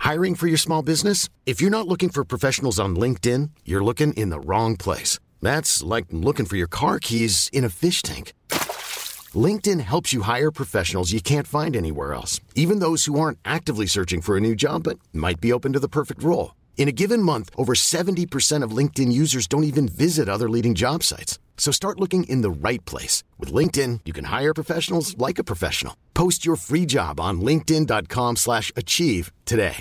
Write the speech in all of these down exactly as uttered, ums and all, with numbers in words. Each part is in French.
Hiring for your small business? If you're not looking for professionals on LinkedIn, you're looking in the wrong place. That's like looking for your car keys in a fish tank. LinkedIn helps you hire professionals you can't find anywhere else, even those who aren't actively searching for a new job but might be open to the perfect role. In a given month, over seventy percent of LinkedIn users don't even visit other leading job sites. So start looking in the right place. With LinkedIn, you can hire professionals like a professional. Post your free job on linkedin dot com slash achieve today.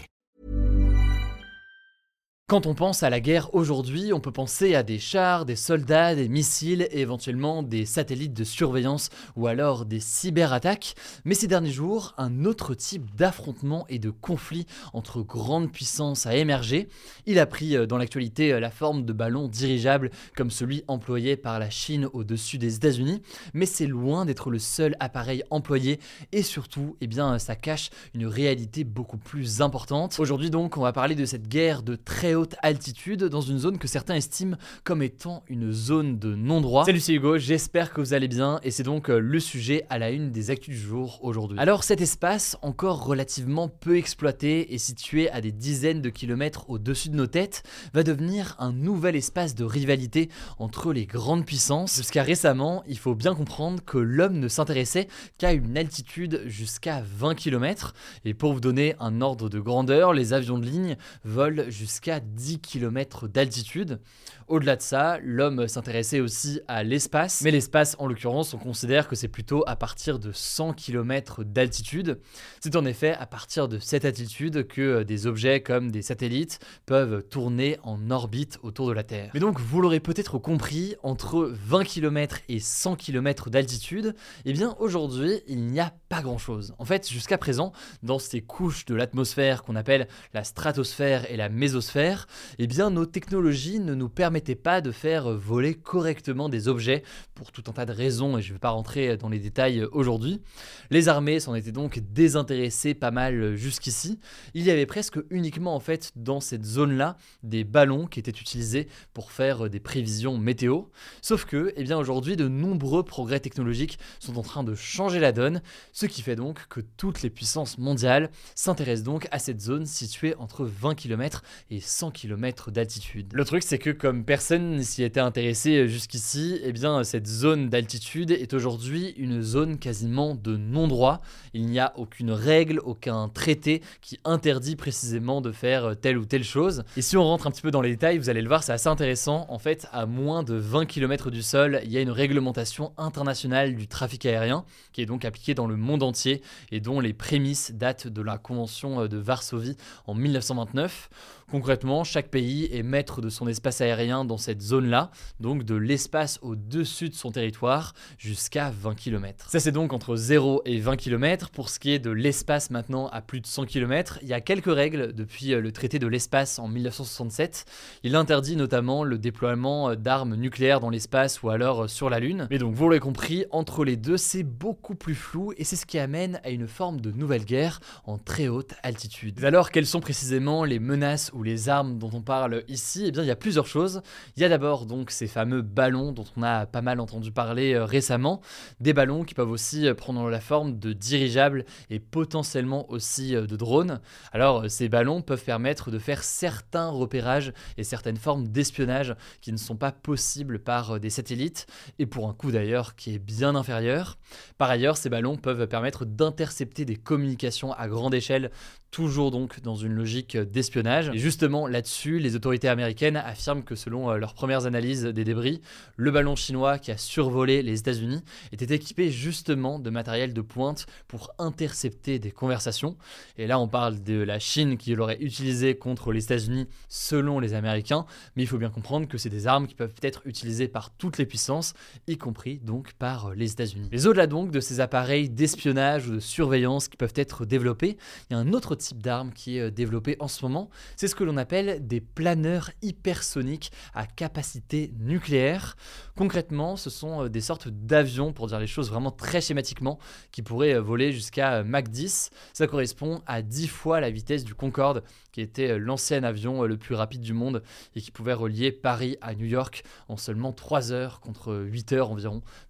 Quand on pense à la guerre aujourd'hui, on peut penser à des chars, des soldats, des missiles et éventuellement des satellites de surveillance ou alors des cyberattaques. Mais ces derniers jours, un autre type d'affrontement et de conflit entre grandes puissances a émergé. Il a pris dans l'actualité la forme de ballons dirigeables comme celui employé par la Chine au-dessus des États-Unis. Mais c'est loin d'être le seul appareil employé et surtout, eh bien, ça cache une réalité beaucoup plus importante. Aujourd'hui donc, on va parler de cette guerre de très haute altitude dans une zone que certains estiment comme étant une zone de non-droit. Salut, c'est Hugo, j'espère que vous allez bien et c'est donc le sujet à la une des actus du jour aujourd'hui. Alors cet espace, encore relativement peu exploité et situé à des dizaines de kilomètres au-dessus de nos têtes, va devenir un nouvel espace de rivalité entre les grandes puissances. Jusqu'à récemment, il faut bien comprendre que l'homme ne s'intéressait qu'à une altitude jusqu'à vingt kilomètres et pour vous donner un ordre de grandeur, les avions de ligne volent jusqu'à dix kilomètres d'altitude. Au-delà de ça, l'homme s'intéressait aussi à l'espace, mais l'espace en l'occurrence, on considère que c'est plutôt à partir de cent kilomètres d'altitude. C'est en effet à partir de cette altitude que des objets comme des satellites peuvent tourner en orbite autour de la Terre. Mais donc, vous l'aurez peut-être compris, entre vingt kilomètres et cent kilomètres d'altitude, eh bien aujourd'hui, il n'y a pas grand-chose. En fait, jusqu'à présent, dans ces couches de l'atmosphère qu'on appelle la stratosphère et la mésosphère, eh bien nos technologies ne nous permettaient pas de faire voler correctement des objets pour tout un tas de raisons et je ne vais pas rentrer dans les détails aujourd'hui. Les armées s'en étaient donc désintéressées pas mal jusqu'ici. Il y avait presque uniquement en fait dans cette zone-là des ballons qui étaient utilisés pour faire des prévisions météo. Sauf que, eh bien aujourd'hui, de nombreux progrès technologiques sont en train de changer la donne, ce qui fait donc que toutes les puissances mondiales s'intéressent donc à cette zone située entre vingt kilomètres et cent kilomètres d'altitude. Le truc, c'est que comme personne s'y était intéressé jusqu'ici, eh bien cette zone d'altitude est aujourd'hui une zone quasiment de non-droit. Il n'y a aucune règle, aucun traité qui interdit précisément de faire telle ou telle chose. Et si on rentre un petit peu dans les détails, vous allez le voir, c'est assez intéressant. En fait, à moins de vingt kilomètres du sol, il y a une réglementation internationale du trafic aérien qui est donc appliquée dans le monde entier et dont les prémices datent de la Convention de Varsovie en mille neuf cent vingt-neuf. Concrètement, chaque pays est maître de son espace aérien dans cette zone-là, donc de l'espace au-dessus de son territoire jusqu'à vingt kilomètres. Ça, c'est donc entre zéro et vingt kilomètres. Pour ce qui est de l'espace maintenant à plus de cent kilomètres, il y a quelques règles depuis le traité de l'espace en mille neuf cent soixante-sept. Il interdit notamment le déploiement d'armes nucléaires dans l'espace ou alors sur la Lune. Mais donc, vous l'avez compris, entre les deux, c'est beaucoup plus flou et c'est ce qui amène à une forme de nouvelle guerre en très haute altitude. Alors, quelles sont précisément les menaces ou les armes dont on parle ici? Eh bien, il y a plusieurs choses. Il y a d'abord donc ces fameux ballons dont on a pas mal entendu parler euh, récemment, des ballons qui peuvent aussi euh, prendre la forme de dirigeables et potentiellement aussi euh, de drones. Alors, euh, ces ballons peuvent permettre de faire certains repérages et certaines formes d'espionnage qui ne sont pas possibles par euh, des satellites et pour un coût d'ailleurs qui est bien inférieur. Par ailleurs, ces ballons peuvent permettre d'intercepter des communications à grande échelle, toujours donc dans une logique d'espionnage. Et justement là-dessus, les autorités américaines affirment que selon leurs premières analyses des débris, le ballon chinois qui a survolé les États-Unis était équipé justement de matériel de pointe pour intercepter des conversations. Et là, on parle de la Chine qui l'aurait utilisé contre les États-Unis selon les Américains, mais il faut bien comprendre que c'est des armes qui peuvent être utilisées par toutes les puissances, y compris donc par les États-Unis. Mais au-delà donc de ces appareils d'espionnage ou de surveillance qui peuvent être développés, il y a un autre type d'arme qui est développé en ce moment, c'est ce que l'on appelle des planeurs hypersoniques à capacité nucléaire. Concrètement, ce sont des sortes d'avions, pour dire les choses vraiment très schématiquement, qui pourraient voler jusqu'à Mach dix. Ça correspond à dix fois la vitesse du Concorde, qui était l'ancien avion le plus rapide du monde et qui pouvait relier Paris à New York en seulement trois heures contre huit heures environ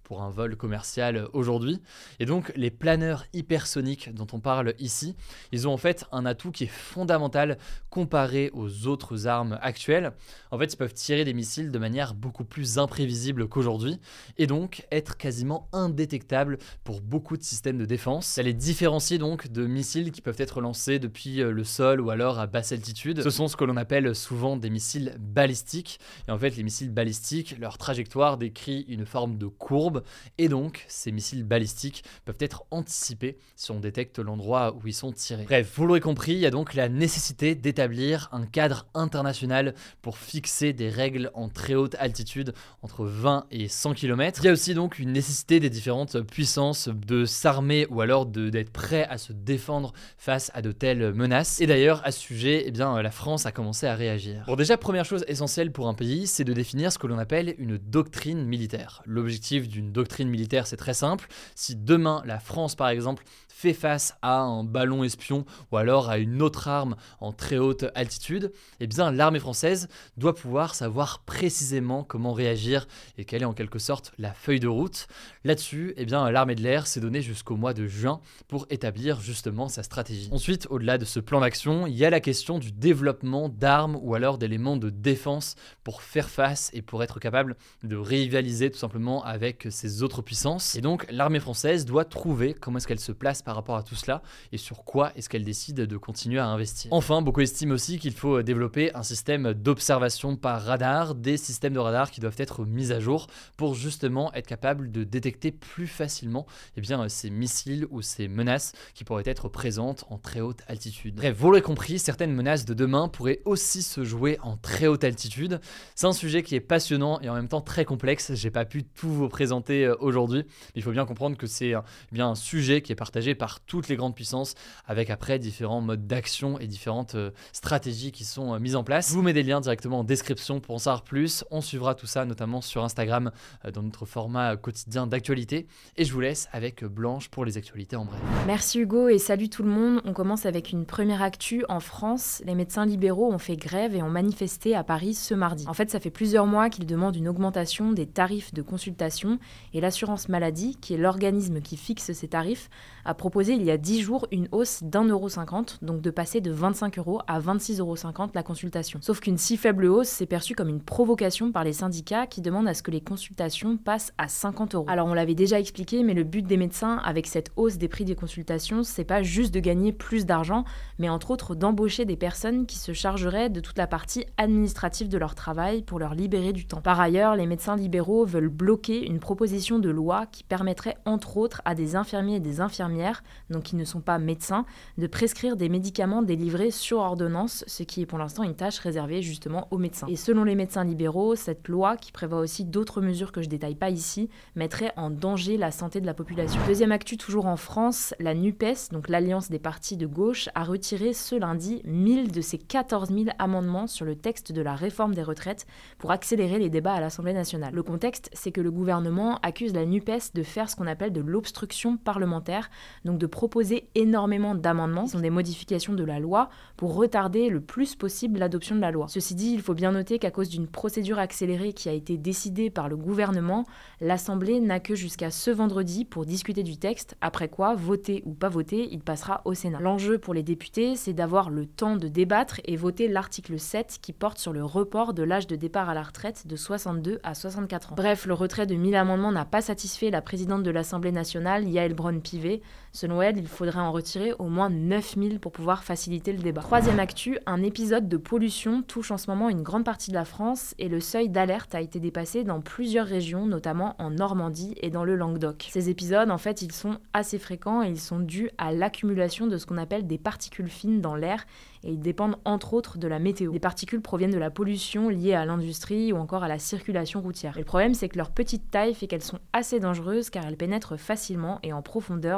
pour un vol commercial aujourd'hui. Et donc les planeurs hypersoniques dont on parle ici, ils ont en fait un atout qui est fondamental comparé aux autres armes actuelles. En fait, ils peuvent tirer des missiles de manière beaucoup plus imprévisible qu'aujourd'hui et donc être quasiment indétectables pour beaucoup de systèmes de défense. Ça les différencie donc de missiles qui peuvent être lancés depuis le sol ou alors à basse altitude. Ce sont ce que l'on appelle souvent des missiles balistiques. Et en fait, les missiles balistiques, leur trajectoire décrit une forme de courbe et donc ces missiles balistiques peuvent être anticipés si on détecte l'endroit où ils sont tirés. Bref, vous l'aurez compris, il y a donc la nécessité d'établir un cadre international pour fixer des règles en très haute altitude entre vingt et cent kilomètres. Il y a aussi donc une nécessité des différentes puissances de s'armer ou alors de, d'être prêt à se défendre face à de telles menaces. Et d'ailleurs, à ce sujet, eh bien, la France a commencé à réagir. Bon, déjà, première chose essentielle pour un pays, c'est de définir ce que l'on appelle une doctrine militaire. L'objectif d'une doctrine militaire, c'est très simple. Si demain, la France, par exemple, fait face à un ballon espion ou alors à une autre arme en très haute altitude, eh bien l'armée française doit pouvoir savoir précisément comment réagir et quelle est en quelque sorte la feuille de route. Là-dessus, eh bien l'armée de l'air s'est donnée jusqu'au mois de juin pour établir justement sa stratégie. Ensuite, au-delà de ce plan d'action, il y a la question du développement d'armes ou alors d'éléments de défense pour faire face et pour être capable de rivaliser tout simplement avec ces autres puissances. Et donc l'armée française doit trouver comment est-ce qu'elle se place par rapport à tout cela et sur quoi est-ce qu'elle décide de continuer à investir. Enfin, beaucoup estiment aussi qu'il faut développer un système d'observation par radar, des systèmes de radar qui doivent être mis à jour pour justement être capable de détecter plus facilement eh bien, ces missiles ou ces menaces qui pourraient être présentes en très haute altitude. Bref, vous l'aurez compris, certaines menaces de demain pourraient aussi se jouer en très haute altitude. C'est un sujet qui est passionnant et en même temps très complexe. J'ai pas pu tout vous présenter aujourd'hui, mais il faut bien comprendre que c'est eh bien un sujet qui est partagé par toutes les grandes puissances avec après différents modes d'action et différentes euh, stratégies qui sont euh, mises en place. Je vous mets des liens directement en description pour en savoir plus. On suivra tout ça notamment sur Instagram euh, dans notre format quotidien d'actualité et je vous laisse avec Blanche pour les actualités en bref. Merci Hugo et salut tout le monde. On commence avec une première actu en France. Les médecins libéraux ont fait grève et ont manifesté à Paris ce mardi. En fait, ça fait plusieurs mois qu'ils demandent une augmentation des tarifs de consultation et l'assurance maladie, qui est l'organisme qui fixe ces tarifs, a proposé il y a dix jours une hausse d'un euro cinquante, donc de passer de vingt-cinq euros à vingt-six euros cinquante la consultation. Sauf qu'une si faible hausse s'est perçue comme une provocation par les syndicats qui demandent à ce que les consultations passent à cinquante euros. Alors on l'avait déjà expliqué, mais le but des médecins avec cette hausse des prix des consultations, c'est pas juste de gagner plus d'argent, mais entre autres d'embaucher des personnes qui se chargeraient de toute la partie administrative de leur travail pour leur libérer du temps. Par ailleurs, les médecins libéraux veulent bloquer une proposition de loi qui permettrait entre autres à des infirmiers et des infirmières, donc qui ne sont pas médecins, de prescrire des médicaments délivrés sur ordonnance, ce qui est pour l'instant une tâche réservée justement aux médecins. Et selon les médecins libéraux, cette loi, qui prévoit aussi d'autres mesures que je détaille pas ici, mettrait en danger la santé de la population. Deuxième actu toujours en France, la NUPES, donc l'Alliance des partis de gauche, a retiré ce lundi mille de ses quatorze mille amendements sur le texte de la réforme des retraites pour accélérer les débats à l'Assemblée nationale. Le contexte, c'est que le gouvernement accuse la NUPES de faire ce qu'on appelle de l'obstruction parlementaire, donc de proposer énormément d'amendements, qui sont des modifications de la loi, pour retarder le plus possible l'adoption de la loi. Ceci dit, il faut bien noter qu'à cause d'une procédure accélérée qui a été décidée par le gouvernement, l'Assemblée n'a que jusqu'à ce vendredi pour discuter du texte, après quoi, voter ou pas voter, il passera au Sénat. L'enjeu pour les députés, c'est d'avoir le temps de débattre et voter l'article sept qui porte sur le report de l'âge de départ à la retraite de soixante-deux à soixante-quatre ans. Bref, le retrait de mille amendements n'a pas satisfait la présidente de l'Assemblée nationale, Yaël Braun-Pivet. Selon elle, il faudrait en retirer au moins neuf mille pour pouvoir faciliter le débat. Troisième actu, un épisode de pollution touche en ce moment une grande partie de la France et le seuil d'alerte a été dépassé dans plusieurs régions, notamment en Normandie et dans le Languedoc. Ces épisodes, en fait, ils sont assez fréquents et ils sont dus à l'accumulation de ce qu'on appelle des particules fines dans l'air et ils dépendent entre autres de la météo. Les particules proviennent de la pollution liée à l'industrie ou encore à la circulation routière. Et le problème, c'est que leur petite taille fait qu'elles sont assez dangereuses car elles pénètrent facilement et en profondeur dans les voies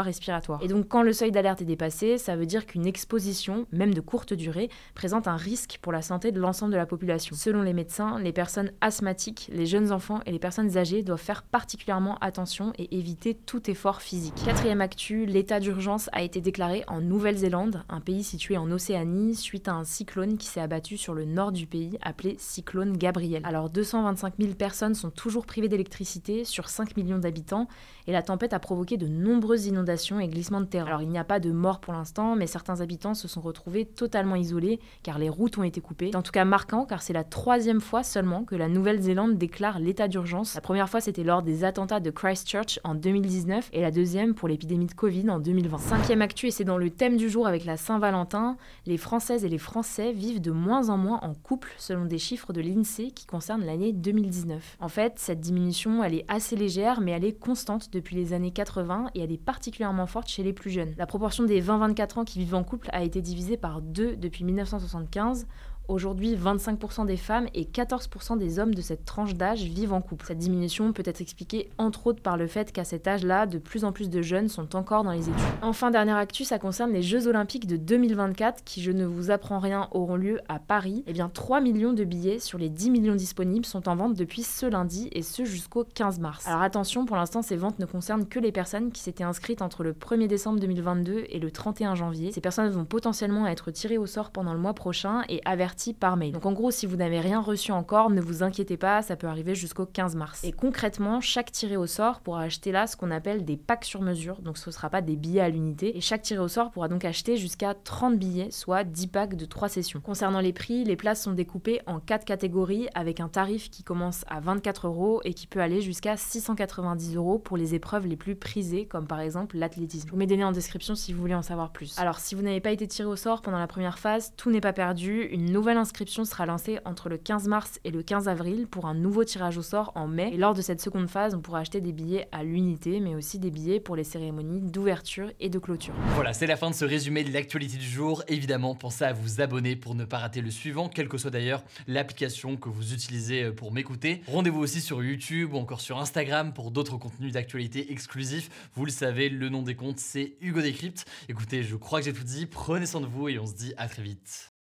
respiratoire. Et donc quand le seuil d'alerte est dépassé, ça veut dire qu'une exposition, même de courte durée, présente un risque pour la santé de l'ensemble de la population. Selon les médecins, les personnes asthmatiques, les jeunes enfants et les personnes âgées doivent faire particulièrement attention et éviter tout effort physique. Quatrième actu, l'état d'urgence a été déclaré en Nouvelle-Zélande, un pays situé en Océanie, suite à un cyclone qui s'est abattu sur le nord du pays, appelé cyclone Gabriel. Alors deux cent vingt-cinq mille personnes sont toujours privées d'électricité sur cinq millions d'habitants, et la tempête a provoqué de nombreuses inondations et glissements de terrain. Alors il n'y a pas de mort pour l'instant, mais certains habitants se sont retrouvés totalement isolés, car les routes ont été coupées. C'est en tout cas marquant, car c'est la troisième fois seulement que la Nouvelle-Zélande déclare l'état d'urgence. La première fois, c'était lors des attentats de Christchurch en deux mille dix-neuf, et la deuxième pour l'épidémie de Covid en deux mille vingt. Cinquième actu, et c'est dans le thème du jour avec la Saint-Valentin, les Françaises et les Français vivent de moins en moins en couple, selon des chiffres de l'INSEE qui concernent l'année deux mille dix-neuf. En fait, cette diminution, elle est assez légère, mais elle est constante depuis les années quatre-vingts, et elle est particulièrement forte chez les plus jeunes. La proportion des vingt à vingt-quatre ans qui vivent en couple a été divisée par deux depuis mille neuf cent soixante-quinze. Aujourd'hui, vingt-cinq pour cent des femmes et quatorze pour cent des hommes de cette tranche d'âge vivent en couple. Cette diminution peut être expliquée entre autres par le fait qu'à cet âge-là, de plus en plus de jeunes sont encore dans les études. Enfin, dernière actu, ça concerne les Jeux Olympiques de deux mille vingt-quatre qui, je ne vous apprends rien, auront lieu à Paris. Eh bien, trois millions de billets sur les dix millions disponibles sont en vente depuis ce lundi et ce jusqu'au quinze mars. Alors attention, pour l'instant, ces ventes ne concernent que les personnes qui s'étaient inscrites entre le premier décembre deux mille vingt-deux et le trente et un janvier. Ces personnes vont potentiellement être tirées au sort pendant le mois prochain et averties par mail. Donc en gros, si vous n'avez rien reçu encore, ne vous inquiétez pas, ça peut arriver jusqu'au quinze mars. Et concrètement, chaque tiré au sort pourra acheter là ce qu'on appelle des packs sur mesure, donc ce ne sera pas des billets à l'unité, et chaque tiré au sort pourra donc acheter jusqu'à trente billets, soit dix packs de trois sessions. Concernant les prix, les places sont découpées en quatre catégories avec un tarif qui commence à vingt-quatre euros et qui peut aller jusqu'à six cent quatre-vingt-dix euros pour les épreuves les plus prisées, comme par exemple l'athlétisme. Je vous mets des liens en description si vous voulez en savoir plus. Alors si vous n'avez pas été tiré au sort pendant la première phase, tout n'est pas perdu, une nouvelle inscription sera lancée entre le quinze mars et le quinze avril pour un nouveau tirage au sort en mai. Et lors de cette seconde phase, on pourra acheter des billets à l'unité, mais aussi des billets pour les cérémonies d'ouverture et de clôture. Voilà, c'est la fin de ce résumé de l'actualité du jour. Évidemment, pensez à vous abonner pour ne pas rater le suivant, quelle que soit d'ailleurs l'application que vous utilisez pour m'écouter. Rendez-vous aussi sur YouTube ou encore sur Instagram pour d'autres contenus d'actualité exclusifs. Vous le savez, le nom des comptes, c'est Hugo Décrypte. Écoutez, je crois que j'ai tout dit. Prenez soin de vous et on se dit à très vite.